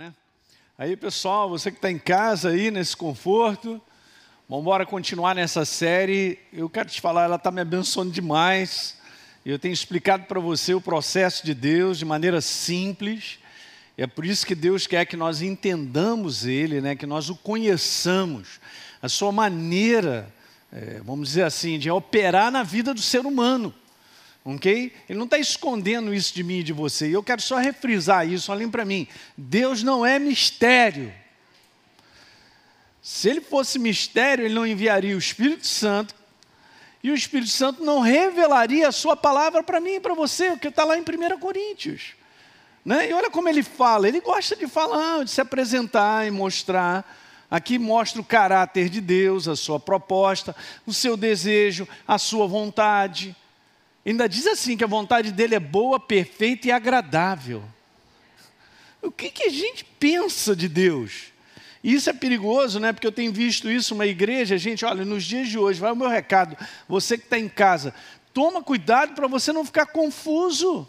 né? Aí, pessoal, você que está em casa aí, nesse conforto, vamos embora continuar nessa série. Eu quero te falar, ela está me abençoando demais. Eu tenho explicado para você o processo de Deus de maneira simples. É por isso que Deus quer que nós entendamos Ele, né? Que nós o conheçamos. A sua maneira, vamos dizer assim, de operar na vida do ser humano. Ok? Ele não está escondendo isso de mim e de você. E eu quero só refrisar isso, olhem para mim. Deus não é mistério. Se Ele fosse mistério, Ele não enviaria o Espírito Santo. E o Espírito Santo não revelaria a sua palavra para mim e para você, o que está lá em 1 Coríntios. Né? E olha como Ele fala. Ele gosta de falar, de se apresentar e mostrar. Aqui mostra o caráter de Deus, a sua proposta, o seu desejo, a sua vontade. Ainda diz assim, que a vontade dele é boa, perfeita e agradável. O que a gente pensa de Deus? E isso é perigoso, né? Porque eu tenho visto isso numa igreja. Gente, olha, nos dias de hoje, vai o meu recado. Você que está em casa, toma cuidado para você não ficar confuso.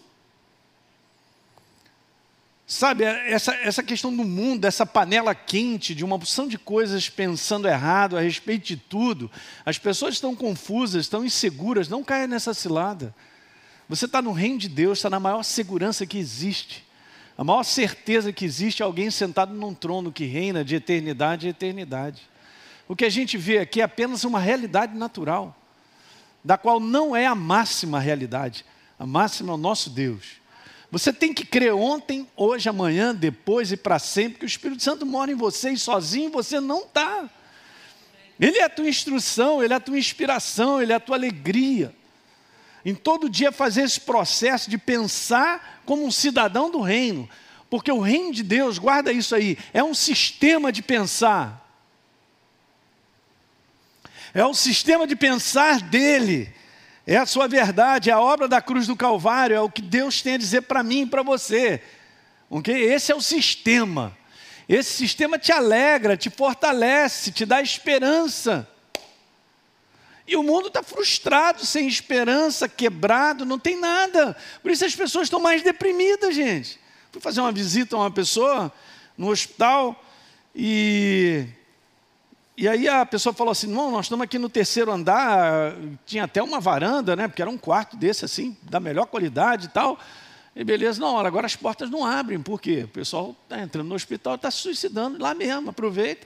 Sabe, essa questão do mundo, essa panela quente, de uma porção de coisas pensando errado a respeito de tudo. As pessoas estão confusas, estão inseguras, não caia nessa cilada. Você está no reino de Deus, está na maior segurança que existe. A maior certeza que existe é alguém sentado num trono que reina de eternidade a eternidade. O que a gente vê aqui é apenas uma realidade natural, da qual não é a máxima realidade. A máxima é o nosso Deus. Você tem que crer ontem, hoje, amanhã, depois e para sempre, que o Espírito Santo mora em você e sozinho você não está. Ele é a tua instrução, Ele é a tua inspiração, Ele é a tua alegria. Em todo dia fazer esse processo de pensar como um cidadão do reino. Porque o reino de Deus, guarda isso aí, é um sistema de pensar. É o sistema de pensar dEle. É a sua verdade, é a obra da cruz do Calvário, é o que Deus tem a dizer para mim e para você. Okay? Esse é o sistema. Esse sistema te alegra, te fortalece, te dá esperança. E o mundo está frustrado, sem esperança, quebrado, não tem nada. Por isso as pessoas estão mais deprimidas, gente. Fui fazer uma visita a uma pessoa no hospital e aí a pessoa falou assim, não, nós estamos aqui no 3º andar, tinha até uma varanda, né? Porque era um quarto desse assim, da melhor qualidade e tal. E beleza, não, agora as portas não abrem, por quê? O pessoal está entrando no hospital, está se suicidando lá mesmo, aproveita.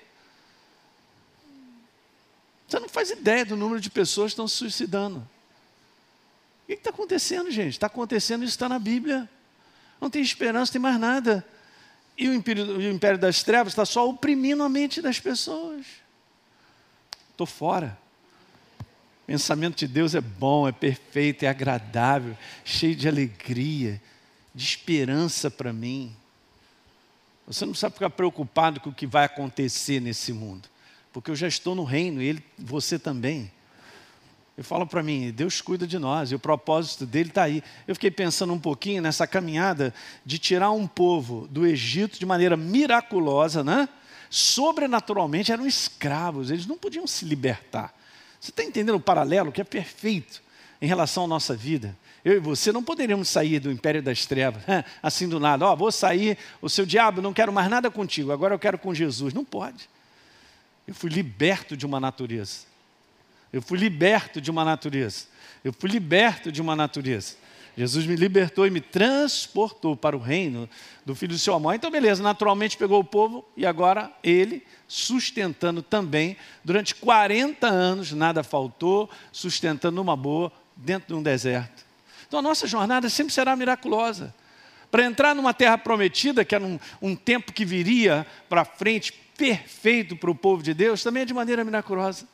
Você não faz ideia do número de pessoas que estão se suicidando. O que está acontecendo, gente? Está acontecendo, isso está na Bíblia. Não tem esperança, não tem mais nada. E o império das trevas está só oprimindo a mente das pessoas. Estou fora. O pensamento de Deus é bom, é perfeito, é agradável, cheio de alegria, de esperança para mim. Você não precisa ficar preocupado com o que vai acontecer nesse mundo, porque eu já estou no reino e você também. Eu falo para mim, Deus cuida de nós e o propósito dele está aí. Eu fiquei pensando um pouquinho nessa caminhada de tirar um povo do Egito de maneira miraculosa, né? Sobrenaturalmente, eram escravos, eles não podiam se libertar. Você está entendendo o paralelo que é perfeito em relação à nossa vida? Eu e você não poderíamos sair do império das trevas, assim do nada. Vou sair, o seu diabo, não quero mais nada contigo, agora eu quero com Jesus. Não pode. Eu fui liberto de uma natureza. Eu fui liberto de uma natureza. Eu fui liberto de uma natureza. Jesus me libertou e me transportou para o reino do Filho do seu amor. Então, beleza, naturalmente pegou o povo e agora ele, sustentando também, durante 40 anos, nada faltou, sustentando uma boa, dentro de um deserto. Então, a nossa jornada sempre será miraculosa. Para entrar numa terra prometida, que era um tempo que viria para frente, perfeito para o povo de Deus, também é de maneira miraculosa.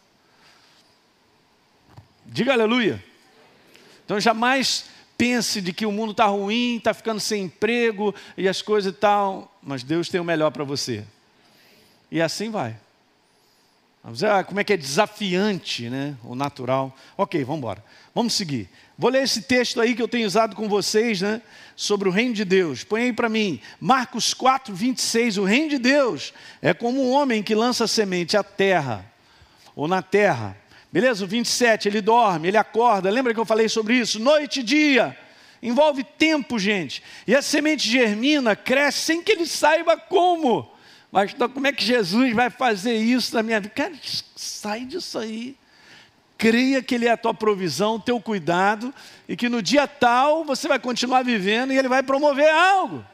Diga aleluia. Então, jamais pense de que o mundo está ruim, está ficando sem emprego e as coisas e tal, mas Deus tem o melhor para você. E assim vai. Vamos ver como é que é desafiante, né? O natural. Ok, vamos embora. Vamos seguir. Vou ler esse texto aí que eu tenho usado com vocês, né? Sobre o reino de Deus. Põe aí para mim. Marcos 4, 26. O reino de Deus é como um homem que lança semente à terra, ou na terra. Beleza? O 27, ele dorme, ele acorda. Lembra que eu falei sobre isso? Noite e dia. Envolve tempo, gente. E a semente germina, cresce sem que ele saiba como. Mas então, como é que Jesus vai fazer isso na minha vida? Cara, sai disso aí. Creia que Ele é a tua provisão, teu cuidado, e que no dia tal você vai continuar vivendo e Ele vai promover algo.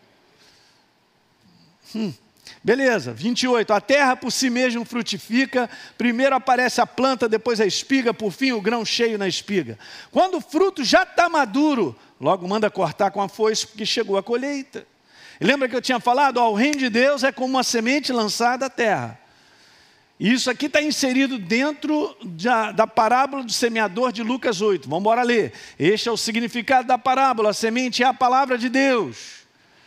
Beleza, 28. A terra por si mesma frutifica, primeiro aparece a planta, depois a espiga, por fim o grão cheio na espiga. Quando o fruto já está maduro, logo manda cortar com a foice, porque chegou a colheita. E lembra que eu tinha falado? O reino de Deus é como uma semente lançada à terra. E isso aqui está inserido dentro da parábola do semeador de Lucas 8. Vamos embora ler. Este é o significado da parábola. A semente é a palavra de Deus.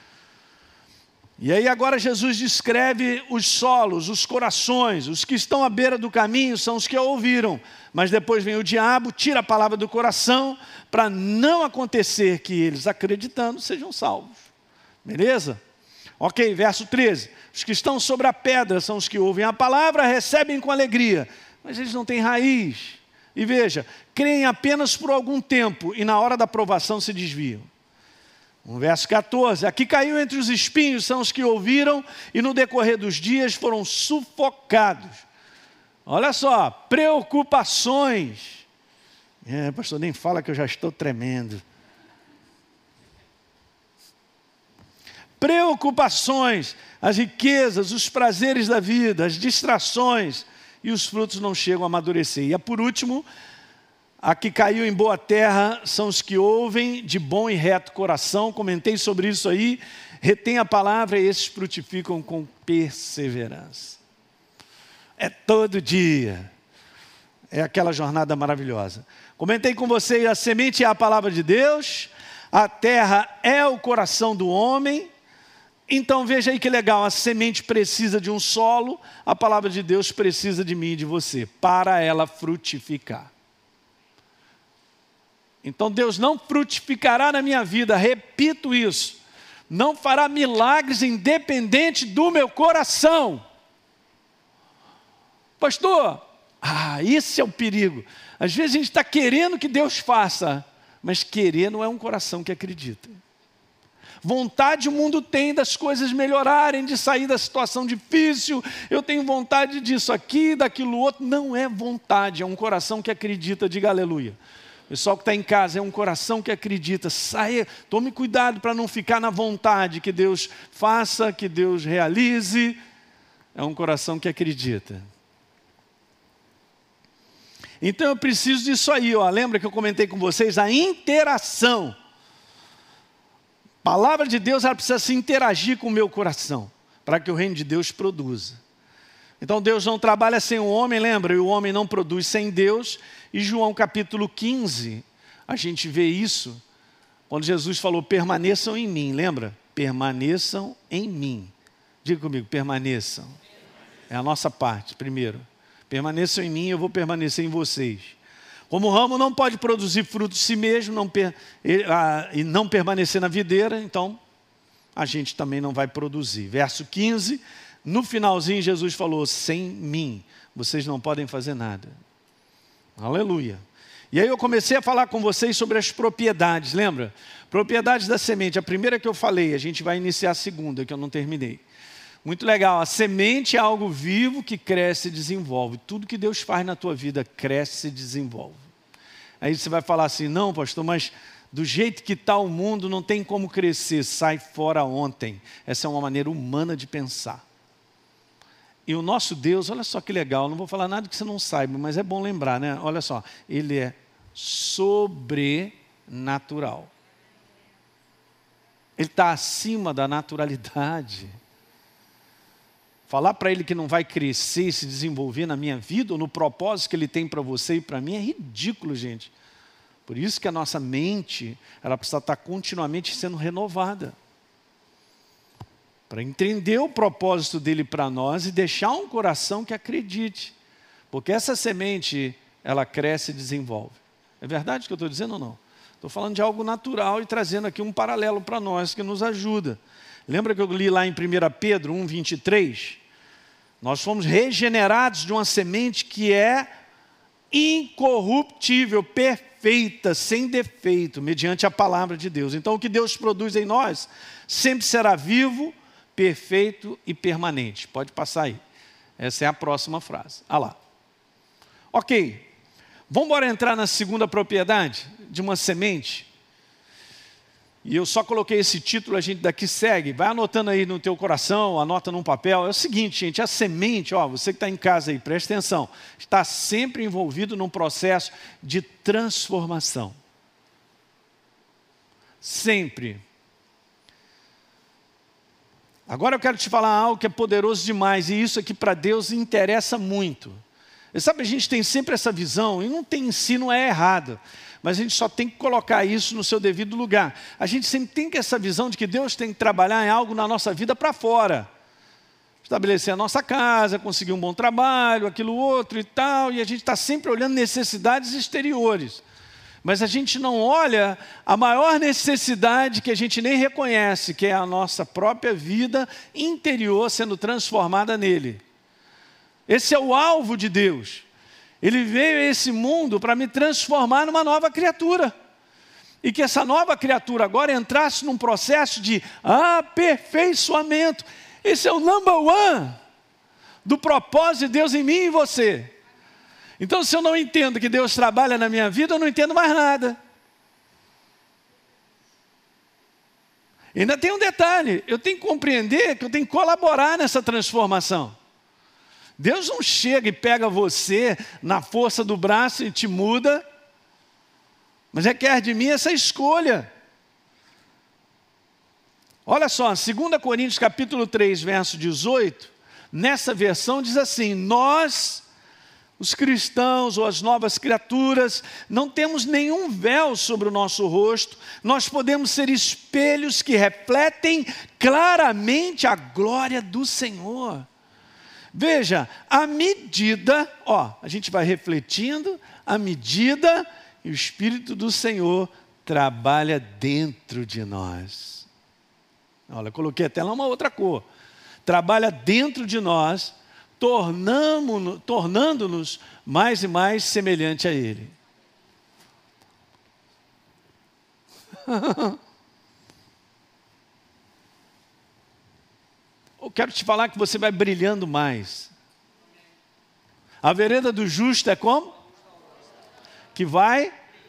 E aí agora Jesus descreve os solos, os corações. Os que estão à beira do caminho são os que a ouviram. Mas depois vem o diabo, tira a palavra do coração, para não acontecer que eles, acreditando, sejam salvos. Beleza? Ok, verso 13. Os que estão sobre a pedra são os que ouvem a palavra, recebem com alegria, mas eles não têm raiz. E veja, creem apenas por algum tempo e na hora da provação se desviam. No verso 14, aqui caiu entre os espinhos, são os que ouviram e no decorrer dos dias foram sufocados. Olha só, preocupações. Pastor, nem fala que eu já estou tremendo. Preocupações, as riquezas, os prazeres da vida, as distrações, e os frutos não chegam a amadurecer. E por último, a que caiu em boa terra são os que ouvem de bom e reto coração. Comentei sobre isso aí. Retém a palavra e esses frutificam com perseverança. É todo dia. É aquela jornada maravilhosa. Comentei com vocês, a semente é a palavra de Deus, a terra é o coração do homem. Então veja aí que legal, a semente precisa de um solo, a palavra de Deus precisa de mim e de você, para ela frutificar. Então Deus não frutificará na minha vida, repito isso, não fará milagres independente do meu coração. Pastor, esse é o perigo. Às vezes a gente está querendo que Deus faça, mas querer não é um coração que acredita. Vontade o mundo tem das coisas melhorarem, de sair da situação difícil. Eu tenho vontade disso aqui, daquilo outro. Não é vontade, é um coração que acredita. Diga aleluia. O pessoal que está em casa, é um coração que acredita. Saia, tome cuidado para não ficar na vontade que Deus faça, que Deus realize. É um coração que acredita. Então eu preciso disso aí. Lembra que eu comentei com vocês? A interação. A palavra de Deus, ela precisa se interagir com o meu coração, para que o reino de Deus produza. Então Deus não trabalha sem o homem, lembra? E o homem não produz sem Deus. E João capítulo 15, a gente vê isso, quando Jesus falou, permaneçam em mim, lembra? Permaneçam em mim. Diga comigo, permaneçam. É a nossa parte, primeiro. Permaneçam em mim, eu vou permanecer em vocês. Como o ramo não pode produzir fruto de si mesmo e não permanecer na videira, então a gente também não vai produzir. Verso 15, no finalzinho Jesus falou, sem mim vocês não podem fazer nada. Aleluia. E aí eu comecei a falar com vocês sobre as propriedades, lembra? Propriedades da semente, a primeira que eu falei, a gente vai iniciar a segunda, que eu não terminei. Muito legal, a semente é algo vivo que cresce e desenvolve. Tudo que Deus faz na tua vida cresce e desenvolve. Aí você vai falar assim, não pastor, mas do jeito que está o mundo não tem como crescer, sai fora ontem. Essa é uma maneira humana de pensar. E o nosso Deus, olha só que legal, não vou falar nada que você não saiba, mas é bom lembrar, né? Olha só, Ele é sobrenatural. Ele está acima da naturalidade. Falar para Ele que não vai crescer e se desenvolver na minha vida, ou no propósito que Ele tem para você e para mim, é ridículo, gente. Por isso que a nossa mente, ela precisa estar continuamente sendo renovada. Para entender o propósito dEle para nós e deixar um coração que acredite. Porque essa semente, ela cresce e desenvolve. É verdade o que eu estou dizendo ou não? Estou falando de algo natural e trazendo aqui um paralelo para nós que nos ajuda. Lembra que eu li lá em 1 Pedro 1:23? Nós fomos regenerados de uma semente que é incorruptível, perfeita perfeita, sem defeito, mediante a palavra de Deus. Então, o que Deus produz em nós sempre será vivo, perfeito e permanente. Pode passar aí. Essa é a próxima frase. Ah lá. Ok. Vamos embora entrar na segunda propriedade de uma semente. E eu só coloquei esse título, a gente daqui segue. Vai anotando aí no teu coração, anota num papel. É o seguinte, gente, a semente, você que está em casa aí, presta atenção, está sempre envolvido num processo de transformação. Sempre. Agora eu quero te falar algo que é poderoso demais, e isso aqui para Deus interessa muito. E sabe, a gente tem sempre essa visão, e não tem ensino é errado, mas a gente só tem que colocar isso no seu devido lugar. A gente sempre tem que essa visão de que Deus tem que trabalhar em algo na nossa vida para fora. Estabelecer a nossa casa, conseguir um bom trabalho, aquilo outro e tal, e a gente está sempre olhando necessidades exteriores. Mas a gente não olha a maior necessidade que a gente nem reconhece, que é a nossa própria vida interior sendo transformada nele. Esse é o alvo de Deus. Ele veio a esse mundo para me transformar numa nova criatura. E que essa nova criatura agora entrasse num processo de aperfeiçoamento. Esse é o number one do propósito de Deus em mim e em você. Então, se eu não entendo que Deus trabalha na minha vida, eu não entendo mais nada. E ainda tem um detalhe, eu tenho que compreender que eu tenho que colaborar nessa transformação. Deus não chega e pega você na força do braço e te muda, mas requer de mim essa escolha. Olha só, 2 Coríntios capítulo 3, verso 18, nessa versão diz assim: nós, os cristãos ou as novas criaturas, não temos nenhum véu sobre o nosso rosto, nós podemos ser espelhos que refletem claramente a glória do Senhor. Veja, à medida, a gente vai refletindo, à medida que o Espírito do Senhor trabalha dentro de nós. Olha, coloquei até lá uma outra cor. Trabalha dentro de nós, tornando-nos mais e mais semelhante a Ele. Eu quero te falar que você vai brilhando mais. A vereda do justo é como? Que vai...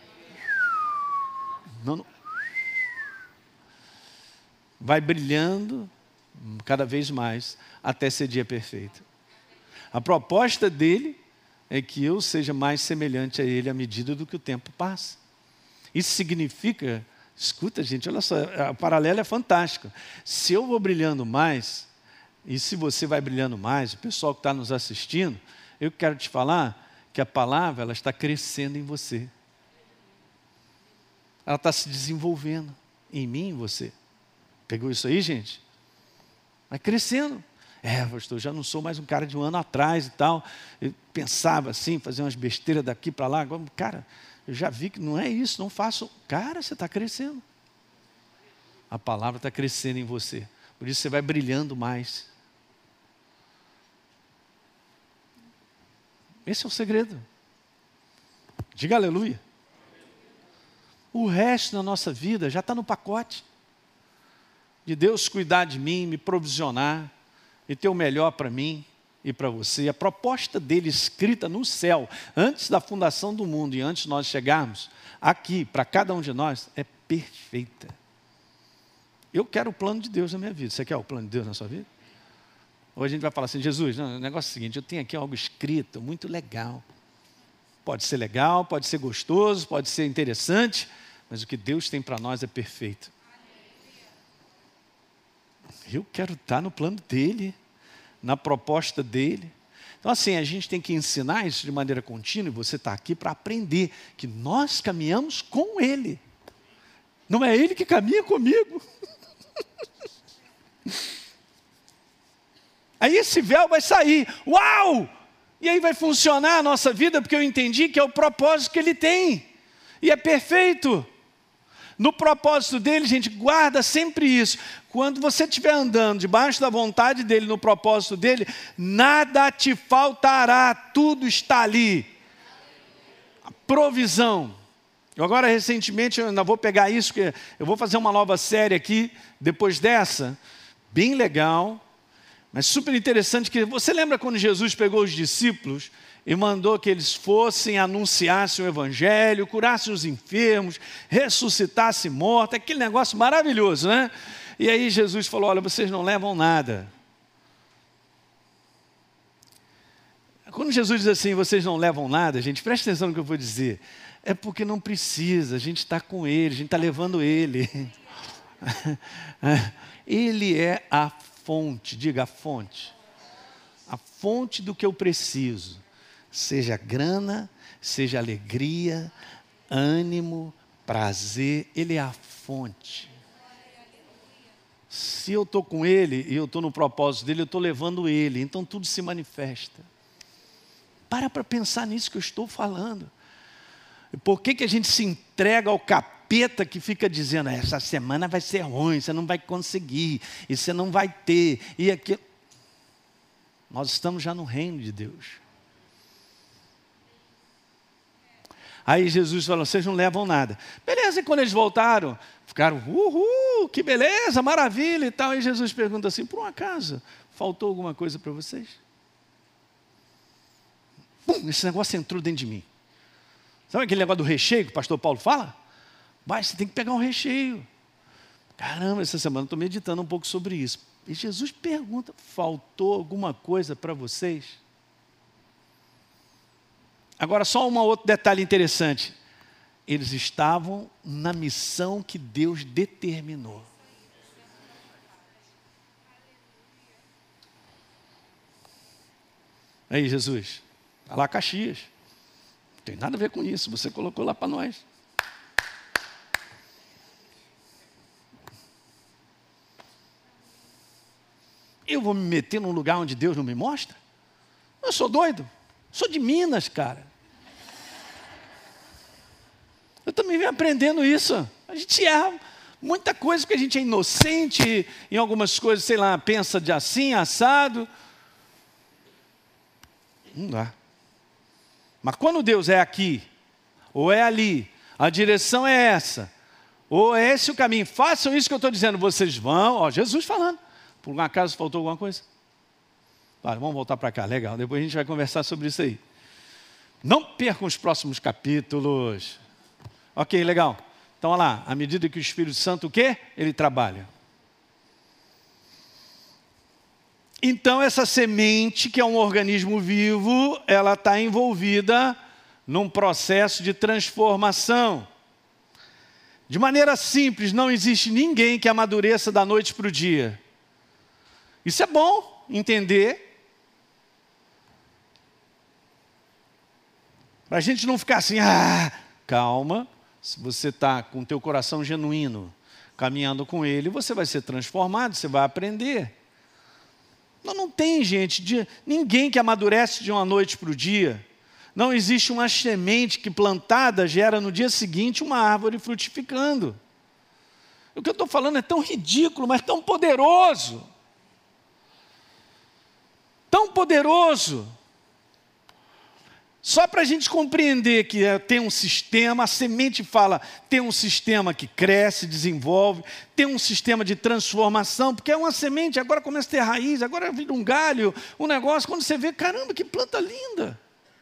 vai brilhando cada vez mais até ser dia perfeito. A proposta dele é que eu seja mais semelhante a ele à medida do que o tempo passa. Isso significa, escuta gente, olha só, o paralelo é fantástico. Se eu vou brilhando mais, e se você vai brilhando mais, o pessoal que está nos assistindo, eu quero te falar que a palavra ela está crescendo em você. Ela está se desenvolvendo em mim e em você. Pegou isso aí, gente? Vai crescendo. Pastor, já não sou mais um cara de um ano atrás e tal. Eu pensava assim, fazer umas besteiras daqui para lá. Agora, cara, eu já vi que não é isso, não faço. Cara, você está crescendo. A palavra está crescendo em você. Por isso você vai brilhando mais. Esse é o segredo. Diga aleluia. O resto da nossa vida já está no pacote. De Deus cuidar de mim, me provisionar e ter o melhor para mim e para você. A proposta dele escrita no céu, antes da fundação do mundo e antes de nós chegarmos aqui, para cada um de nós, é perfeita. Eu quero o plano de Deus na minha vida. Você quer o plano de Deus na sua vida? Ou a gente vai falar assim, Jesus, não, o negócio é o seguinte, eu tenho aqui algo escrito, muito legal. Pode ser legal, pode ser gostoso, pode ser interessante, mas o que Deus tem para nós é perfeito. Eu quero estar no plano dele, na proposta dele. Então assim, a gente tem que ensinar isso de maneira contínua, e você está aqui para aprender que nós caminhamos com ele. Não é ele que caminha comigo. Aí esse véu vai sair, uau! E aí vai funcionar a nossa vida, porque eu entendi que é o propósito que ele tem. E é perfeito. No propósito dele, gente, guarda sempre isso. Quando você estiver andando debaixo da vontade dele, no propósito dele, nada te faltará, tudo está ali. A provisão, Eu agora, recentemente, eu ainda vou pegar isso, porque eu vou fazer uma nova série aqui, depois dessa, bem legal, mas super interessante. Que você lembra quando Jesus pegou os discípulos e mandou que eles fossem, anunciassem o Evangelho, curassem os enfermos, ressuscitassem mortos, aquele negócio maravilhoso, né? E aí Jesus falou, olha, vocês não levam nada. Quando Jesus diz assim, vocês não levam nada, gente, presta atenção no que eu vou dizer. É porque não precisa, a gente está com Ele, a gente está levando Ele. Ele é a fonte, diga a fonte. A fonte do que eu preciso. Seja grana, seja alegria, ânimo, prazer, Ele é a fonte. Se eu estou com Ele e eu estou no propósito dEle, eu estou levando Ele, então tudo se manifesta. Para pensar nisso que eu estou falando. Por que a gente se entrega ao capeta que fica dizendo, essa semana vai ser ruim, você não vai conseguir, e você não vai ter, e aquilo. Nós estamos já no reino de Deus. Aí Jesus falou, vocês não levam nada. Beleza, e quando eles voltaram, ficaram, uhul, que beleza, maravilha e tal. E Jesus pergunta assim, por um acaso, faltou alguma coisa para vocês? Pum, esse negócio entrou dentro de mim. Sabe aquele negócio do recheio que o pastor Paulo fala? Mas você tem que pegar um recheio. Caramba, essa semana eu estou meditando um pouco sobre isso. E Jesus pergunta, faltou alguma coisa para vocês? Agora, só um outro detalhe interessante. Eles estavam na missão que Deus determinou. Aí, Jesus, está lá Caxias. Não tem nada a ver com isso, você colocou lá para nós. Eu vou me meter num lugar onde Deus não me mostra? Eu sou doido. Sou de Minas, cara. Eu também venho aprendendo isso. A gente erra muita coisa porque a gente é inocente em algumas coisas, sei lá, pensa de assim, assado. Não dá. Mas quando Deus é aqui, ou é ali, a direção é essa, ou é esse o caminho, façam isso que eu estou dizendo, vocês vão, ó, Jesus falando. Por um acaso faltou alguma coisa? Claro, vamos voltar para cá, legal, depois a gente vai conversar sobre isso aí. Não percam os próximos capítulos. Ok, legal. Então, olha lá, à medida que o Espírito Santo, o quê? Ele trabalha. Então, essa semente, que é um organismo vivo, ela está envolvida num processo de transformação. De maneira simples, não existe ninguém que amadureça da noite para o dia. Isso é bom entender. Para a gente não ficar assim, calma. Se você está com o teu coração genuíno, caminhando com Ele, você vai ser transformado, você vai aprender. Não tem, gente, ninguém que amadurece de uma noite para o dia. Não existe uma semente que plantada gera no dia seguinte uma árvore frutificando. O que eu estou falando é tão ridículo, mas tão poderoso. Tão poderoso. Só para a gente compreender que tem um sistema, a semente fala, tem um sistema que cresce, desenvolve, tem um sistema de transformação, porque é uma semente, agora começa a ter raiz, agora vira um galho, um negócio, quando você vê, caramba, que planta linda.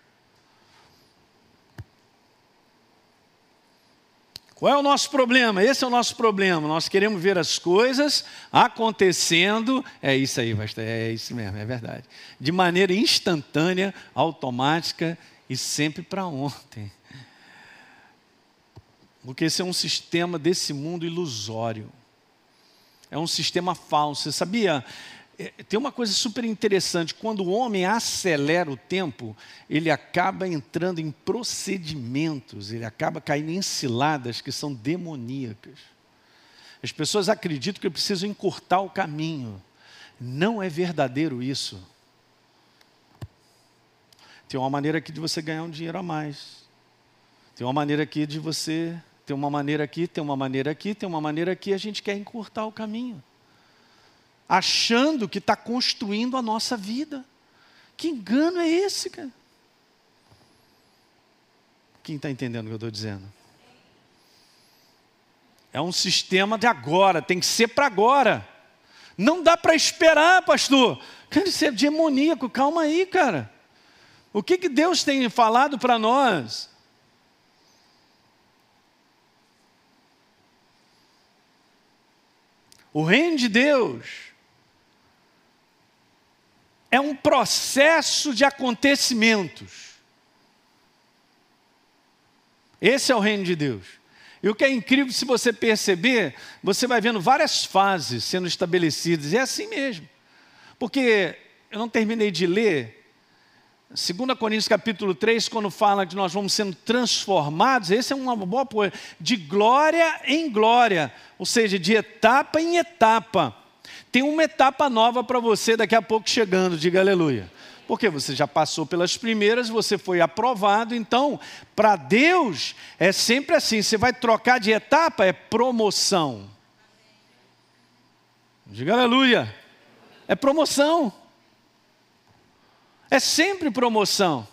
Qual é o nosso problema? Esse é o nosso problema. Nós queremos ver as coisas acontecendo. É isso aí, pastor, é isso mesmo, é verdade. De maneira instantânea, automática e sempre para ontem. Porque esse é um sistema desse mundo ilusório. É um sistema falso. Você sabia? Tem uma coisa super interessante, quando o homem acelera o tempo, ele acaba entrando em procedimentos, ele acaba caindo em ciladas que são demoníacas. As pessoas acreditam que precisam encurtar o caminho. Não é verdadeiro isso. Tem uma maneira aqui de você ganhar um dinheiro a mais. Tem uma maneira aqui de você... Tem uma maneira aqui, tem uma maneira aqui, tem uma maneira aqui, a gente quer encurtar o caminho. Achando que está construindo a nossa vida. Que engano é esse, cara? Quem está entendendo o que eu estou dizendo? É um sistema de agora, tem que ser para agora. Não dá para esperar, pastor. Cara, isso é demoníaco, calma aí, cara. O que Deus tem falado para nós? O reino de Deus é um processo de acontecimentos. Esse é o reino de Deus. E o que é incrível, se você perceber, você vai vendo várias fases sendo estabelecidas. E é assim mesmo. Porque eu não terminei de ler 2 Coríntios capítulo 3, quando fala que nós vamos sendo transformados, esse é uma boa coisa, de glória em glória, ou seja, de etapa em etapa. Tem uma etapa nova para você daqui a pouco chegando, diga aleluia. Porque você já passou pelas primeiras, você foi aprovado, então, para Deus, é sempre assim, você vai trocar de etapa, é promoção. Diga aleluia. É promoção. É sempre promoção.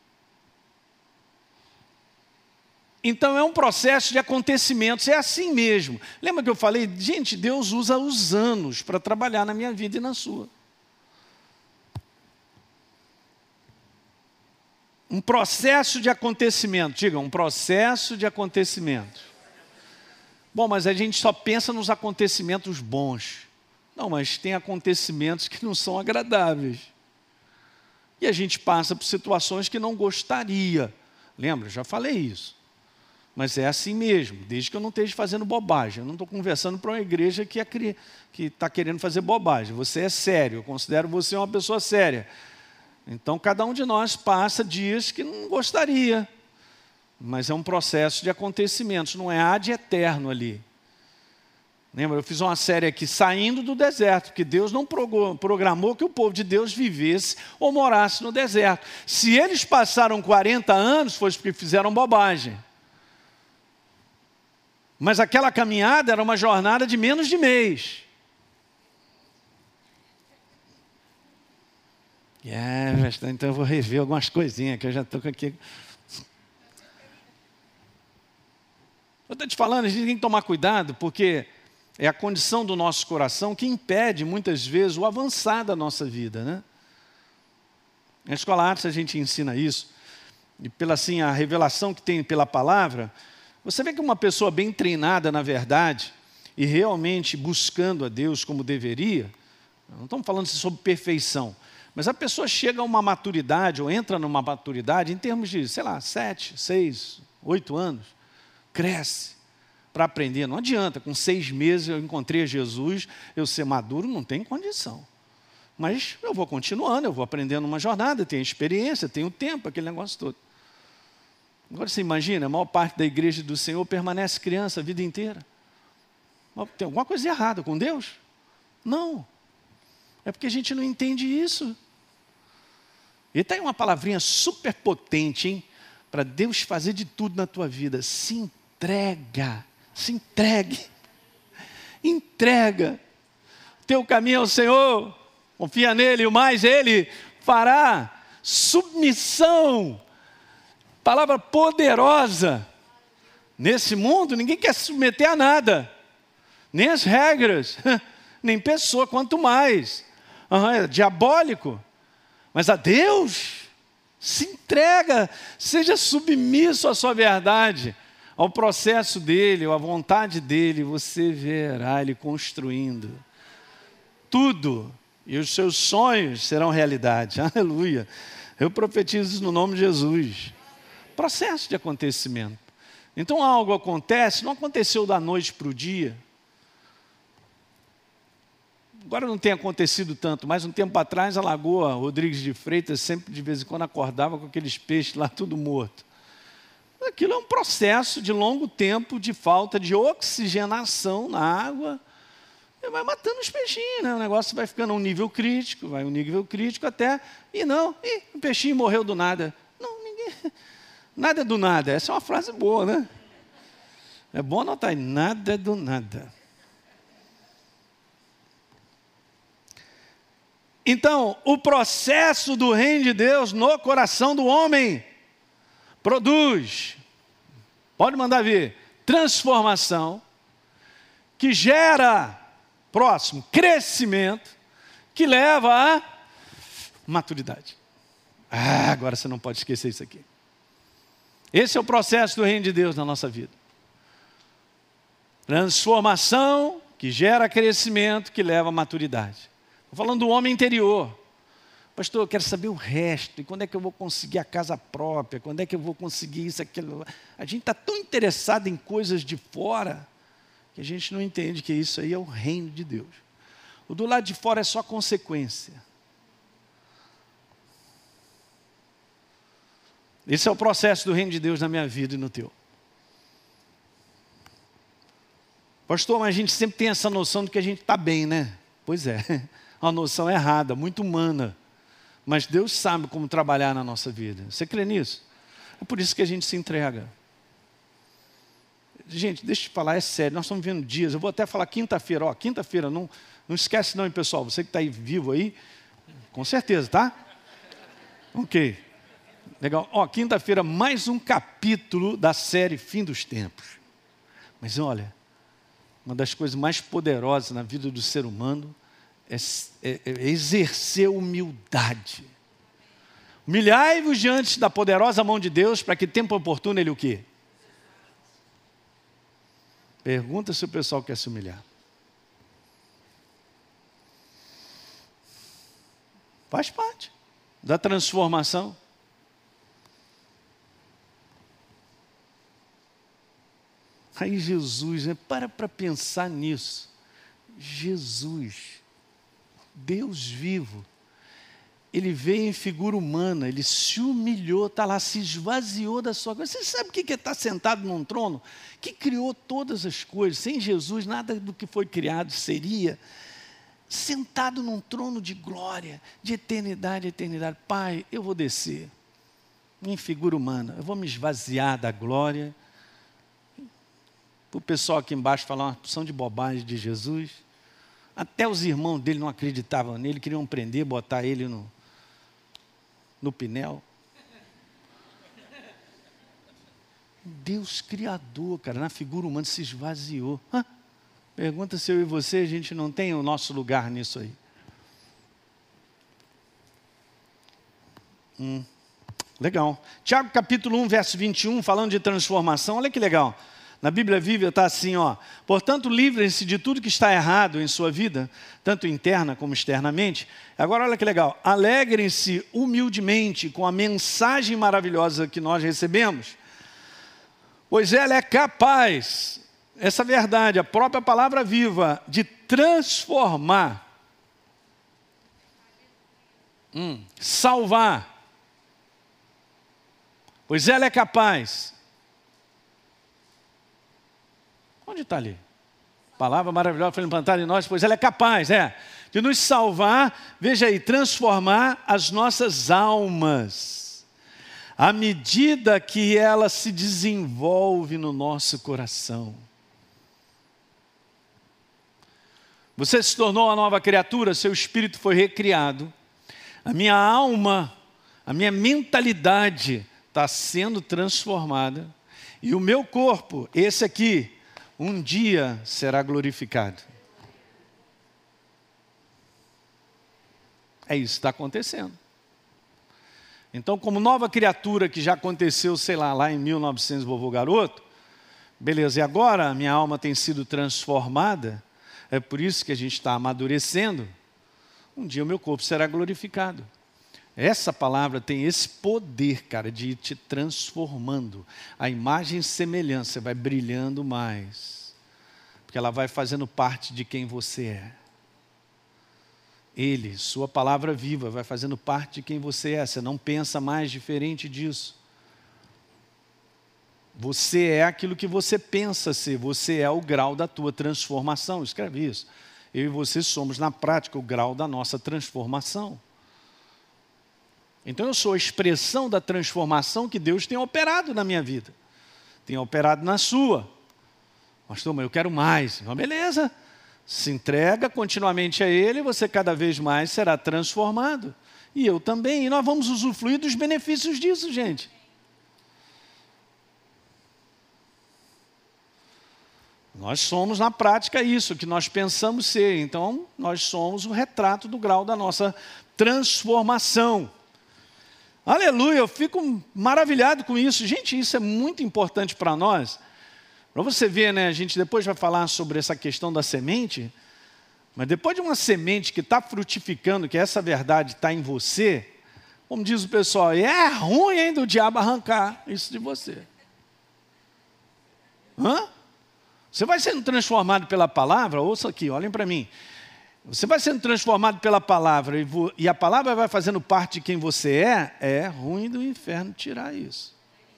Então é um processo de acontecimentos, é assim mesmo. Lembra que eu falei? Gente, Deus usa os anos para trabalhar na minha vida e na sua. Um processo de acontecimento, diga, um processo de acontecimento. Bom, mas a gente só pensa nos acontecimentos bons. Não, mas tem acontecimentos que não são agradáveis. E a gente passa por situações que não gostaria. Lembra? Já falei isso. Mas é assim mesmo, desde que eu não esteja fazendo bobagem. Eu não estou conversando para uma igreja que está querendo fazer bobagem. Você é sério, eu considero você uma pessoa séria. Então, cada um de nós passa dias que não gostaria. Mas é um processo de acontecimentos, não é ad eterno ali. Lembra, eu fiz uma série aqui, saindo do deserto, porque Deus não programou que o povo de Deus vivesse ou morasse no deserto. Se eles passaram 40 anos, foi porque fizeram bobagem. Mas aquela caminhada era uma jornada de menos de mês. Então eu vou rever algumas coisinhas, que eu já estou aqui. Eu estou te falando, a gente tem que tomar cuidado, porque é a condição do nosso coração que impede, muitas vezes, o avançar da nossa vida, né? Na escola Artes a gente ensina isso, e pela assim, a revelação que tem pela palavra, você vê que uma pessoa bem treinada, na verdade, e realmente buscando a Deus como deveria, não estamos falando sobre perfeição, mas a pessoa chega a uma maturidade, ou entra numa maturidade, em termos de, 7, 6, 8 anos, cresce para aprender. Não adianta, com 6 meses eu encontrei Jesus, eu ser maduro, não tem condição. Mas eu vou continuando, eu vou aprendendo uma jornada, tenho experiência, tenho tempo, aquele negócio todo. Agora você imagina, a maior parte da igreja do Senhor permanece criança a vida inteira. Tem alguma coisa errada com Deus? Não. É porque a gente não entende isso. E está aí uma palavrinha super potente, hein? Para Deus fazer de tudo na tua vida. Se entrega. Se entregue. Entrega. Teu caminho ao Senhor. Confia nele, o mais Ele fará. Submissão. Palavra poderosa. Nesse mundo, ninguém quer se submeter a nada. Nem as regras. Nem pessoa, quanto mais. É diabólico. Mas a Deus, se entrega, seja submisso à sua verdade, ao processo dele, à vontade dele, você verá ele construindo tudo, e os seus sonhos serão realidade. Aleluia. Eu profetizo isso no nome de Jesus. Processo de acontecimento. Então algo acontece, não aconteceu da noite para o dia. Agora não tem acontecido tanto, mas um tempo atrás a Lagoa Rodrigues de Freitas sempre de vez em quando acordava com aqueles peixes lá tudo morto. Aquilo é um processo de longo tempo de falta de oxigenação na água. E vai matando os peixinhos, né? O negócio vai ficando a um nível crítico, até, o peixinho morreu do nada. Não, ninguém, nada é do nada, essa é uma frase boa, né? É bom anotar aí, nada é do nada. Então, o processo do reino de Deus no coração do homem produz, pode mandar ver, transformação, que gera, próximo, crescimento, que leva à maturidade. Agora você não pode esquecer isso aqui. Esse é o processo do reino de Deus na nossa vida. Transformação que gera crescimento, que leva à maturidade. Estou falando do homem interior. Pastor, eu quero saber o resto. E quando é que eu vou conseguir a casa própria? Quando é que eu vou conseguir isso, aquilo? A gente está tão interessado em coisas de fora que a gente não entende que isso aí é o reino de Deus. O do lado de fora é só consequência. Esse é o processo do reino de Deus na minha vida e no teu. Pastor, mas a gente sempre tem essa noção de que a gente está bem, né? Pois é, uma noção errada, muito humana. Mas Deus sabe como trabalhar na nossa vida. Você crê nisso? É por isso que a gente se entrega. Gente, deixa eu te falar, é sério, nós estamos vivendo dias, eu vou até falar quinta-feira, ó, quinta-feira, não esquece não, hein, pessoal, você que está aí vivo aí, com certeza, tá? Ok, legal, ó, quinta-feira, mais um capítulo da série Fim dos Tempos. Mas olha, uma das coisas mais poderosas na vida do ser humano é exercer humildade. Humilhai-vos diante da poderosa mão de Deus, para que tempo oportuno Ele o quê? Pergunta se o pessoal quer se humilhar. Faz parte da transformação. Aí Jesus, né? Para pensar nisso. Jesus, Deus vivo, Ele veio em figura humana, Ele se humilhou, está lá, se esvaziou da sua coisa. Você sabe o que é estar sentado num trono? Que criou todas as coisas. Sem Jesus, nada do que foi criado seria. Sentado num trono de glória, de eternidade a eternidade. Pai, eu vou descer em figura humana, eu vou me esvaziar da glória. O pessoal aqui embaixo falar uma porção de bobagem de Jesus. Até os irmãos dele não acreditavam nele, queriam prender, botar ele no pinel. Deus Criador, cara, na figura humana se esvaziou. Pergunta se eu e você, a gente não tem o nosso lugar nisso aí. Legal. Tiago capítulo 1, verso 21, falando de transformação, olha que legal. Na Bíblia Viva está assim, ó. Portanto, livrem-se de tudo que está errado em sua vida, tanto interna como externamente. Agora, olha que legal. Alegrem-se humildemente com a mensagem maravilhosa que nós recebemos, pois ela é capaz, essa verdade, a própria palavra viva, de transformar, salvar. Pois ela é capaz. Onde está ali? Palavra maravilhosa foi implantada em nós, pois ela é capaz, de nos salvar, veja aí, transformar as nossas almas, à medida que ela se desenvolve no nosso coração. Você se tornou uma nova criatura, seu espírito foi recriado, a minha alma, a minha mentalidade está sendo transformada, e o meu corpo, esse aqui, um dia será glorificado. É isso que está acontecendo. Então, como nova criatura que já aconteceu, sei lá em 1900, vovô garoto, beleza, e agora a minha alma tem sido transformada, é por isso que a gente está amadurecendo, um dia o meu corpo será glorificado. Essa palavra tem esse poder, cara, de ir te transformando. A imagem e semelhança vai brilhando mais. Porque ela vai fazendo parte de quem você é. Ele, sua palavra viva, vai fazendo parte de quem você é. Você não pensa mais diferente disso. Você é aquilo que você pensa ser. Você é o grau da tua transformação. Escreve isso. Eu e você somos, na prática, o grau da nossa transformação. Então eu sou a expressão da transformação que Deus tem operado na minha vida. Tem operado na sua. Pastor, mas eu quero mais. Então, beleza. Se entrega continuamente a Ele, você cada vez mais será transformado. E eu também. E nós vamos usufruir dos benefícios disso, gente. Nós somos, na prática, isso que nós pensamos ser. Então, nós somos o retrato do grau da nossa transformação. Aleluia, eu fico maravilhado com isso. Gente, isso é muito importante para nós. Para você ver, né, a gente depois vai falar sobre essa questão da semente, mas depois de uma semente que está frutificando, que essa verdade está em você, como diz o pessoal, é ruim ainda o diabo arrancar isso de você. Você vai sendo transformado pela palavra, ouça aqui, olhem para mim. Você vai sendo transformado pela palavra e a palavra vai fazendo parte de quem você é ruim do inferno tirar isso.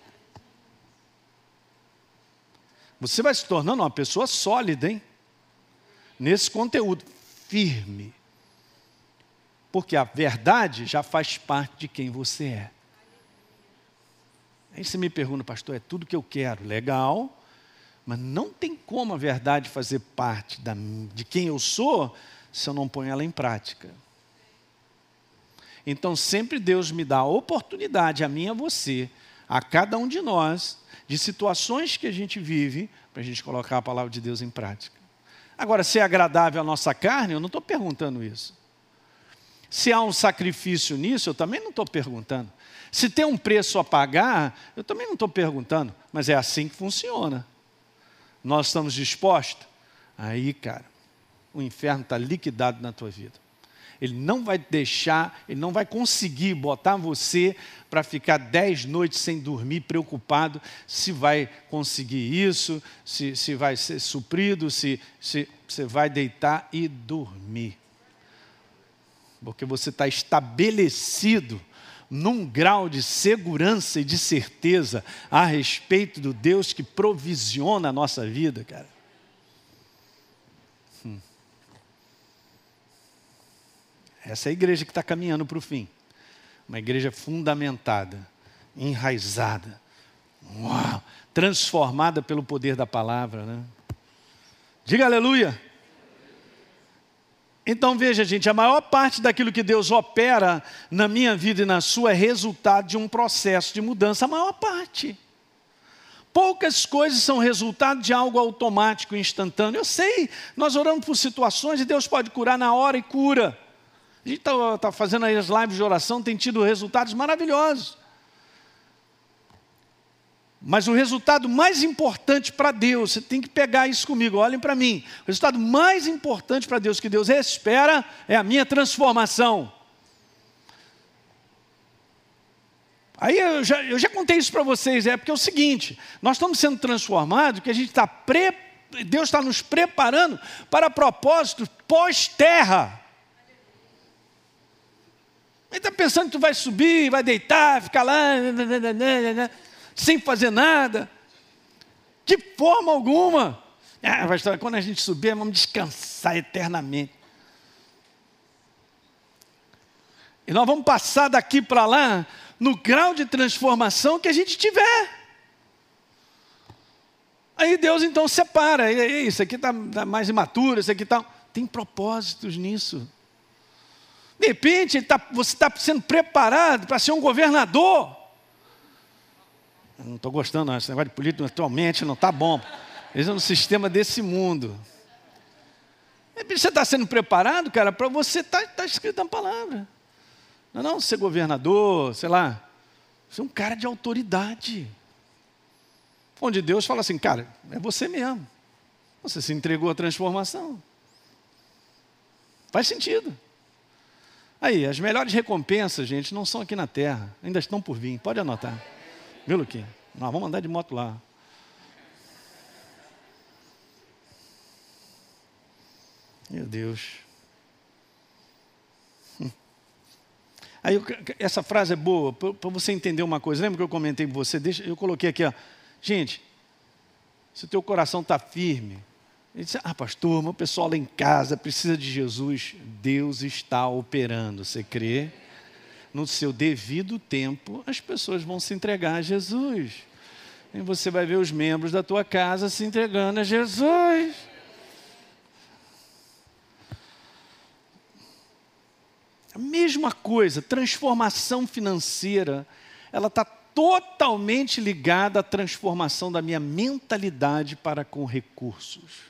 Você vai se tornando uma pessoa sólida, hein? Nesse conteúdo, firme. Porque a verdade já faz parte de quem você é. Aí você me pergunta, pastor, é tudo que eu quero. Legal, mas não tem como a verdade fazer parte de quem eu sou se eu não ponho ela em prática. Então sempre Deus me dá a oportunidade, a mim e a você, a cada um de nós, de situações que a gente vive, para a gente colocar a palavra de Deus em prática. Agora, se é agradável à nossa carne, eu não estou perguntando isso. Se há um sacrifício nisso, eu também não estou perguntando. Se tem um preço a pagar, eu também não estou perguntando. Mas é assim que funciona. Nós estamos dispostos? Aí, cara, o inferno está liquidado na tua vida. Ele não vai deixar, ele não vai conseguir botar você para ficar 10 noites sem dormir, preocupado se vai conseguir isso, se vai ser suprido, se você vai deitar e dormir. Porque você está estabelecido num grau de segurança e de certeza a respeito do Deus que provisiona a nossa vida, cara. Essa é a igreja que está caminhando para o fim. Uma igreja fundamentada, enraizada, transformada pelo poder da palavra, né? Diga aleluia. Então veja, gente, a maior parte daquilo que Deus opera na minha vida e na sua é resultado de um processo de mudança, a maior parte. Poucas coisas são resultado de algo automático, instantâneo. Eu sei, nós oramos por situações e Deus pode curar na hora e cura. A gente está fazendo aí as lives de oração, tem tido resultados maravilhosos. Mas o resultado mais importante para Deus, você tem que pegar isso comigo, olhem para mim. O resultado mais importante para Deus, que Deus espera, é a minha transformação. Aí eu já contei isso para vocês, porque é o seguinte, nós estamos sendo transformados, porque a gente Deus está nos preparando para propósitos pós-terra. Ele está pensando que tu vai subir, vai deitar, ficar lá, sem fazer nada. De forma alguma. Quando a gente subir, vamos descansar eternamente. E nós vamos passar daqui para lá, no grau de transformação que a gente tiver. Aí Deus então separa. Isso aqui está mais imaturo, isso aqui está... Tem propósitos nisso. De repente, você está sendo preparado para ser um governador. Eu não estou gostando, não. Esse negócio de política atualmente não está bom. Eles são no sistema desse mundo. Você está sendo preparado, cara, para você estar escrito na palavra. Não, ser governador, sei lá. Ser um cara de autoridade. Onde Deus fala assim, cara, é você mesmo. Você se entregou à transformação. Faz sentido. Aí, as melhores recompensas, gente, não são aqui na terra. Ainda estão por vir. Pode anotar. Viu, Luquinha? Nós vamos andar de moto lá. Meu Deus. Aí, essa frase é boa, para você entender uma coisa. Lembra que eu comentei com você? Eu coloquei aqui, ó. Gente, se o teu coração está firme, ele disse, pastor, meu pessoal lá em casa precisa de Jesus. Deus está operando, você crê? No seu devido tempo, as pessoas vão se entregar a Jesus. E você vai ver os membros da tua casa se entregando a Jesus. A mesma coisa, transformação financeira, ela está totalmente ligada à transformação da minha mentalidade para com recursos.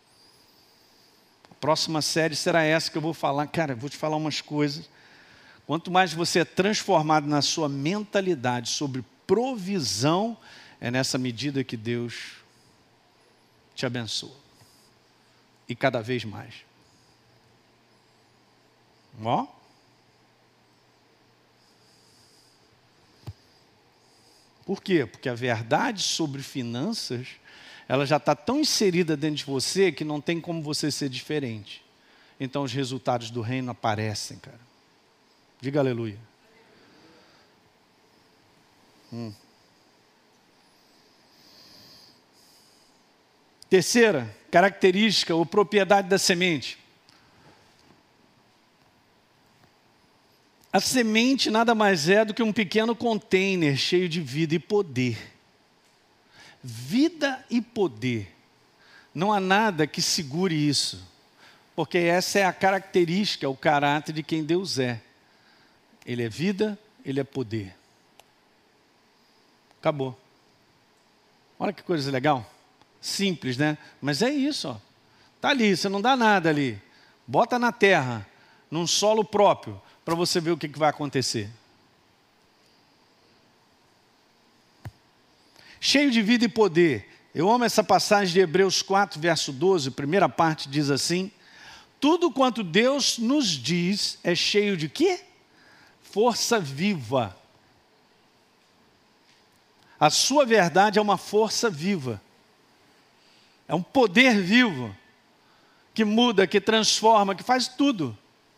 A próxima série será essa que eu vou falar. Cara, eu vou te falar umas coisas. Quanto mais você é transformado na sua mentalidade sobre provisão, é nessa medida que Deus te abençoa. E cada vez mais. Ó. Por quê? Porque a verdade sobre finanças, ela já está tão inserida dentro de você que não tem como você ser diferente. Então os resultados do reino aparecem, cara. Diga aleluia. Terceira característica ou propriedade da semente. A semente nada mais é do que um pequeno container cheio de vida e poder. Vida e poder. Não há nada que segure isso. Porque essa é a característica, o caráter de quem Deus é. Ele é vida, ele é poder. Acabou. Olha que coisa legal. Simples, né? Mas é isso, ó. Tá ali, você não dá nada ali. Bota na terra, num solo próprio, para você ver o que vai acontecer. Cheio de vida e poder. Eu amo essa passagem de Hebreus 4, verso 12, primeira parte diz assim: tudo quanto Deus nos diz é cheio de quê? Força viva. A sua verdade é uma força viva. É um poder vivo que muda, que transforma, que faz tudo.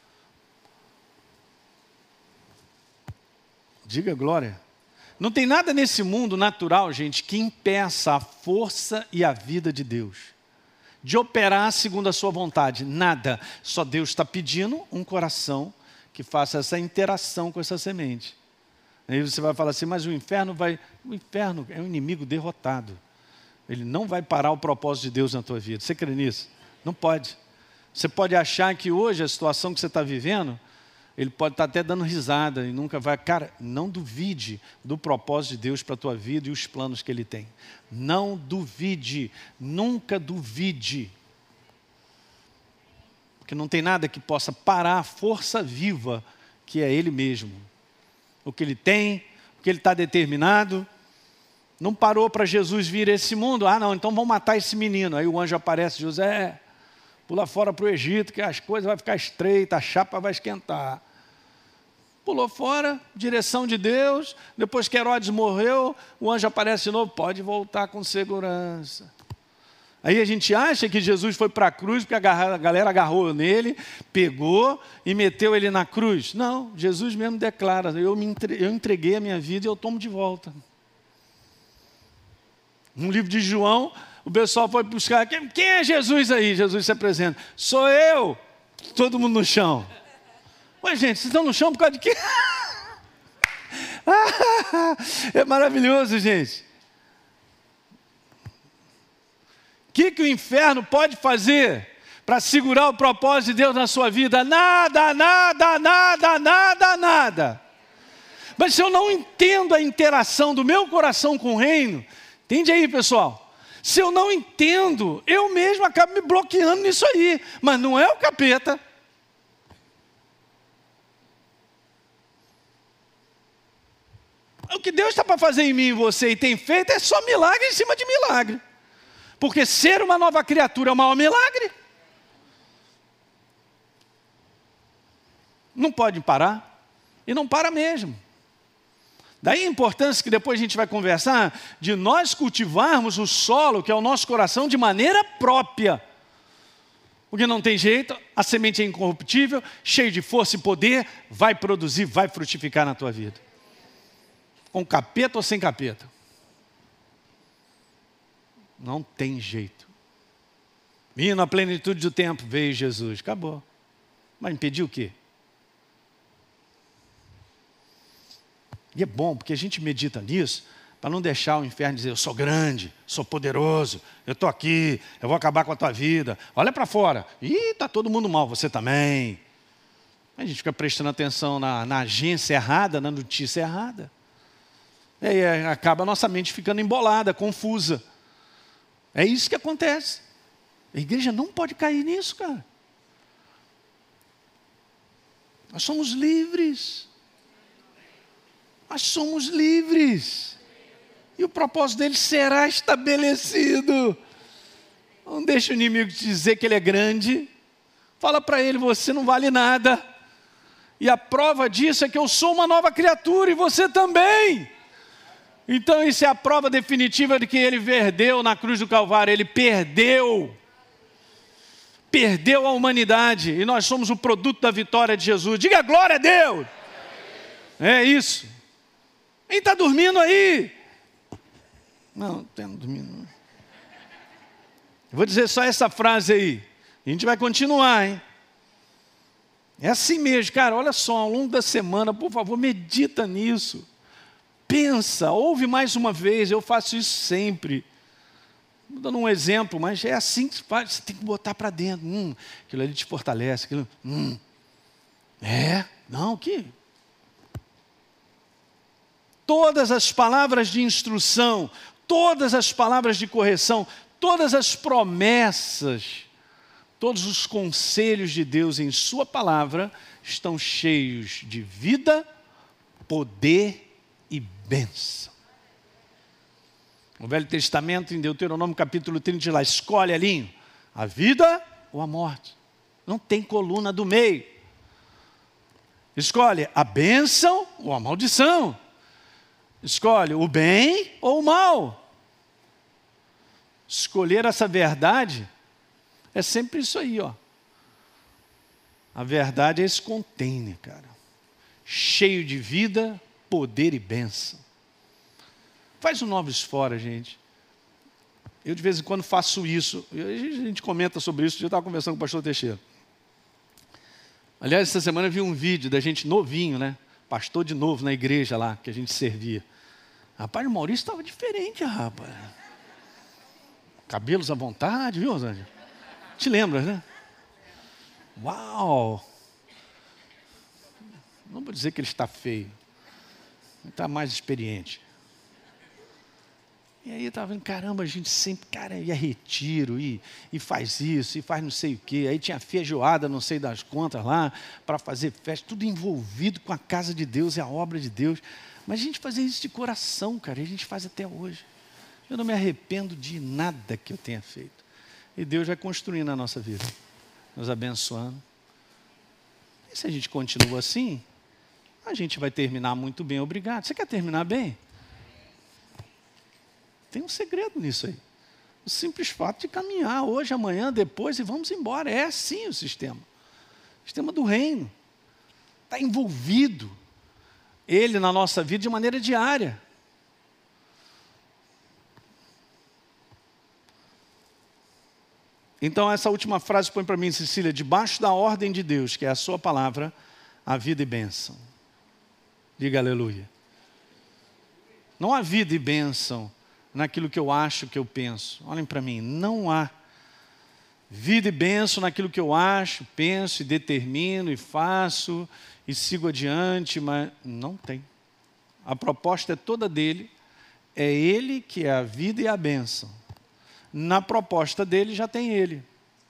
Diga glória. Não tem nada nesse mundo natural, gente, que impeça a força e a vida de Deus. De operar segundo a sua vontade. Nada. Só Deus está pedindo um coração que faça essa interação com essa semente. Aí você vai falar assim, mas o inferno é um inimigo derrotado. Ele não vai parar o propósito de Deus na tua vida. Você crê nisso? Não pode. Você pode achar que hoje a situação que você está vivendo, ele pode estar até dando risada e nunca vai. Cara, não duvide do propósito de Deus para a tua vida e os planos que Ele tem. Não duvide, nunca duvide. Porque não tem nada que possa parar a força viva que é Ele mesmo. O que Ele tem, o que Ele está determinado. Não parou para Jesus vir a esse mundo. Ah, não, então vamos matar esse menino. Aí o anjo aparece, José, pula fora para o Egito, que as coisas vão ficar estreitas, a chapa vai esquentar. Pulou fora, direção de Deus. Depois que Herodes morreu, o anjo aparece de novo, pode voltar com segurança. Aí a gente acha que Jesus foi para a cruz, porque a galera agarrou nele, pegou e meteu ele na cruz. Não, Jesus mesmo declara, eu entreguei a minha vida e eu tomo de volta. No livro de João, o pessoal foi buscar, quem é Jesus aí? Jesus se apresenta, sou eu. Todo mundo no chão. Ué, gente, vocês estão no chão por causa de quê? É maravilhoso, gente. O que o inferno pode fazer para segurar o propósito de Deus na sua vida? Nada, nada, nada, nada, nada. Mas se eu não entendo a interação do meu coração com o reino, entende aí, pessoal? Se eu não entendo, eu mesmo acabo me bloqueando nisso aí. Mas não é o capeta. O que Deus está para fazer em mim e você e tem feito é só milagre em cima de milagre. Porque ser uma nova criatura é o maior milagre. Não pode parar. E não para mesmo. Daí a importância que depois a gente vai conversar de nós cultivarmos o solo, que é o nosso coração, de maneira própria. Porque não tem jeito, a semente é incorruptível, cheio de força e poder, vai produzir, vai frutificar na tua vida. Com capeta ou sem capeta? Não tem jeito. E na plenitude do tempo veio Jesus, acabou. Mas impediu o quê? E é bom, porque a gente medita nisso, para não deixar o inferno dizer, eu sou grande, sou poderoso, eu estou aqui, eu vou acabar com a tua vida. Olha para fora, ih, está todo mundo mal, você também. A gente fica prestando atenção na agência errada, na notícia errada. Acaba a nossa mente ficando embolada, confusa. É isso que acontece. A igreja não pode cair nisso, cara. Nós somos livres. Nós somos livres. E o propósito dele será estabelecido. Não deixa o inimigo te dizer que ele é grande. Fala para ele, você não vale nada. E a prova disso é que eu sou uma nova criatura e você também. Então isso é a prova definitiva de que ele perdeu na cruz do Calvário. Ele perdeu. Perdeu a humanidade. E nós somos o produto da vitória de Jesus. Diga glória a Deus. É isso. Quem está dormindo aí? Não estou dormindo. Não. Eu vou dizer só essa frase aí. A gente vai continuar, hein? É assim mesmo, cara. Olha só, ao longo da semana, por favor, medita nisso. Pensa, ouve mais uma vez. Eu faço isso sempre. Estou dando um exemplo, mas é assim que se faz. Você tem que botar para dentro. Aquilo ali te fortalece. Aquilo, não, que... Todas as palavras de instrução, todas as palavras de correção, todas as promessas, todos os conselhos de Deus em sua palavra estão cheios de vida, poder e bênção. No Velho Testamento, em Deuteronômio capítulo 30, diz lá, escolhe, Elinho, a vida ou a morte. Não tem coluna do meio. Escolhe a bênção ou a maldição. Escolhe o bem ou o mal. Escolher essa verdade é sempre isso aí, ó. A verdade é esse container, cara. Cheio de vida, poder e bênção. Faz um Novos Fora, gente. Eu de vez em quando faço isso. A gente comenta sobre isso. Eu estava conversando com o pastor Teixeira. Aliás, essa semana eu vi um vídeo da gente novinho, né? Pastor de novo na igreja lá, que a gente servia. Rapaz, o Maurício estava diferente, rapaz. Cabelos à vontade, viu, Rosângela? Te lembra, né? Uau! Não vou dizer que ele está feio. Ele está mais experiente. E aí eu estava vendo, caramba, a gente sempre, cara, ia retiro, e faz isso, e faz não sei o quê. Aí tinha feijoada, não sei das contas lá, para fazer festa, tudo envolvido com a casa de Deus e a obra de Deus. Mas a gente fazia isso de coração, cara, e a gente faz até hoje. Eu não me arrependo de nada que eu tenha feito. E Deus vai construindo a nossa vida, nos abençoando. E se a gente continua assim, a gente vai terminar muito bem, obrigado. Você quer terminar bem? Tem um segredo nisso aí. O simples fato de caminhar hoje, amanhã, depois e vamos embora. É assim o sistema. O sistema do reino. Está envolvido. Ele na nossa vida de maneira diária. Então essa última frase põe para mim, Cecília, debaixo da ordem de Deus, que é a sua palavra, a vida e bênção. Diga aleluia. Não há vida e bênção naquilo que eu acho, que eu penso. Olhem para mim, não há vida e bênção naquilo que eu acho, penso e determino e faço e sigo adiante, mas não tem. A proposta é toda dele, é ele que é a vida e a bênção. Na proposta dele já tem ele.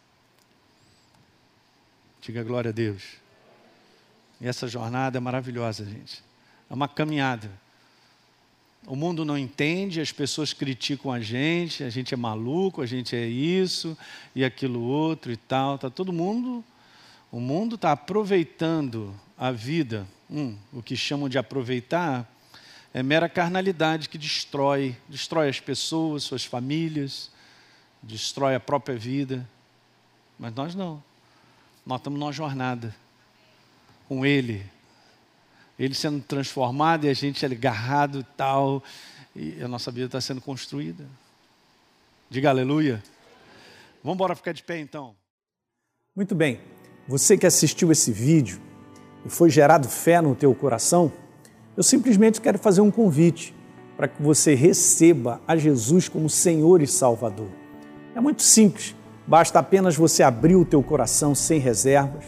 Diga glória a Deus. E essa jornada é maravilhosa, gente. É uma caminhada. O mundo não entende, as pessoas criticam a gente é maluco, a gente é isso e aquilo outro e tal. Tá todo mundo, o mundo está aproveitando a vida. O que chamam de aproveitar é mera carnalidade que destrói as pessoas, suas famílias, destrói a própria vida. Mas nós não. Nós estamos numa jornada com Ele. Ele sendo transformado e a gente agarrado e tal. E a nossa vida está sendo construída. Diga aleluia. Vamos embora ficar de pé então. Muito bem. Você que assistiu esse vídeo e foi gerado fé no teu coração, eu simplesmente quero fazer um convite para que você receba a Jesus como Senhor e Salvador. É muito simples. Basta apenas você abrir o teu coração sem reservas,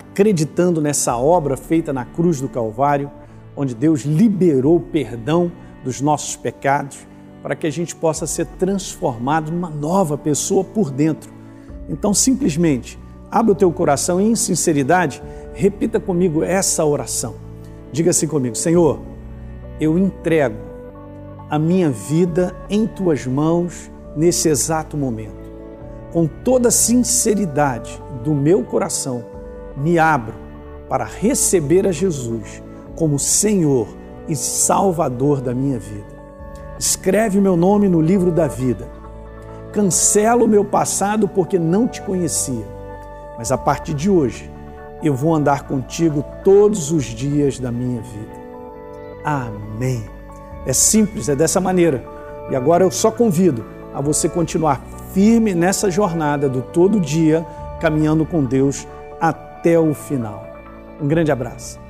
acreditando nessa obra feita na cruz do Calvário, onde Deus liberou perdão dos nossos pecados, para que a gente possa ser transformado numa nova pessoa por dentro. Então, simplesmente, abre o teu coração e, em sinceridade, repita comigo essa oração. Diga assim comigo: Senhor, eu entrego a minha vida em tuas mãos nesse exato momento. Com toda a sinceridade do meu coração, me abro para receber a Jesus como Senhor e Salvador da minha vida. Escreve meu nome no livro da vida. Cancela o meu passado porque não te conhecia. Mas a partir de hoje, eu vou andar contigo todos os dias da minha vida. Amém. É simples, é dessa maneira. E agora eu só convido a você continuar firme nessa jornada do todo dia, caminhando com Deus até o final. Um grande abraço.